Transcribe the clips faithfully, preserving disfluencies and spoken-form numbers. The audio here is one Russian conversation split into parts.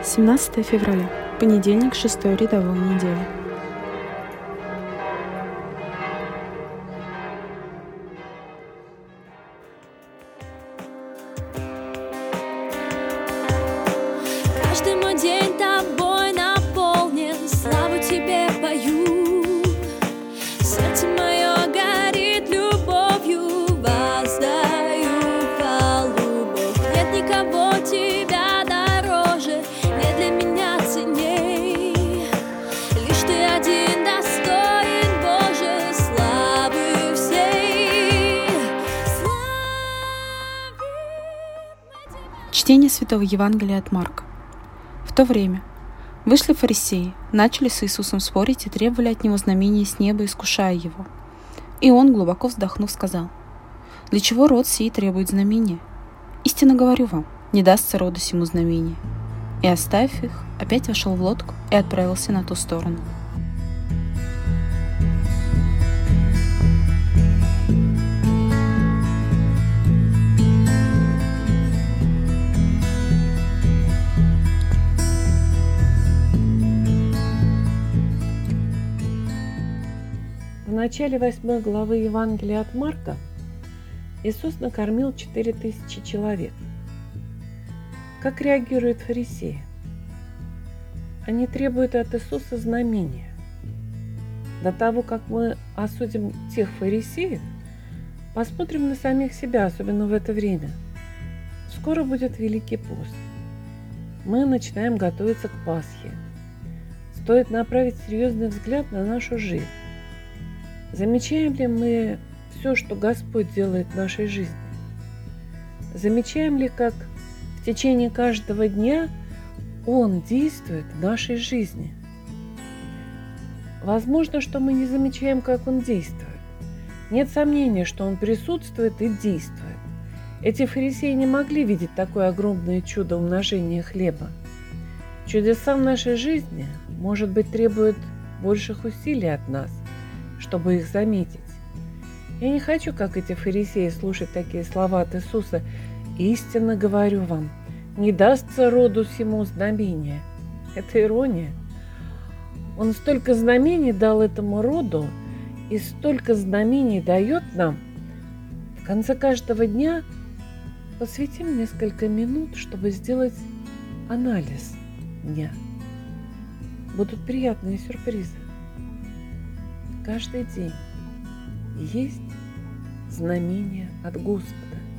семнадцатое февраля, понедельник шестой рядовой недели. Каждый мой день тобой наполнен, славу тебе пою. Сердце мое горит любовью, воздаю хвалу. Бог, нет никого тебя дороже, нет для меня ценней. Лишь ты один достоин, Боже, славы всей. Славим мы тебя. Чтение Святого Евангелия от Марка. В то время вышли фарисеи, начали с Иисусом спорить и требовали от Него знамения с неба, искушая Его. И Он, глубоко вздохнув, сказал: «Для чего род сей требует знамения? Истинно говорю вам, не дастся роду сему знамения». И, оставив их, опять вошел в лодку и отправился на ту сторону. В начале восьмой главы Евангелия от Марка Иисус накормил четыре тысячи человек. Как реагируют фарисеи? Они требуют от Иисуса знамения. До того, как мы осудим тех фарисеев, посмотрим на самих себя, особенно в это время. Скоро будет Великий пост. Мы начинаем готовиться к Пасхе. Стоит направить серьезный взгляд на нашу жизнь. Замечаем ли мы все, что Господь делает в нашей жизни? Замечаем ли, как в течение каждого дня Он действует в нашей жизни? Возможно, что мы не замечаем, как Он действует. Нет сомнения, что Он присутствует и действует. Эти фарисеи не могли видеть такое огромное чудо умножения хлеба. Чудеса в нашей жизни, может быть, требуют больших усилий от нас, чтобы их заметить. Я не хочу, как эти фарисеи, слушать такие слова от Иисуса: «Истинно говорю вам, не дастся роду сему знамения». Это ирония. Он столько знамений дал этому роду и столько знамений дает нам. В конце каждого дня посвятим несколько минут, чтобы сделать анализ дня. Будут приятные сюрпризы. Каждый день есть знамение от Господа.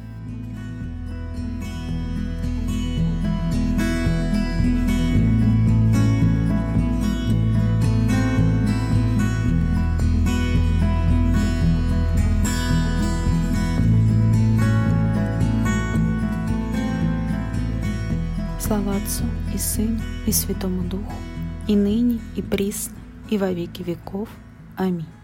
Слава Отцу и Сыну и Святому Духу, и ныне, и присно, и во веки веков. Аминь.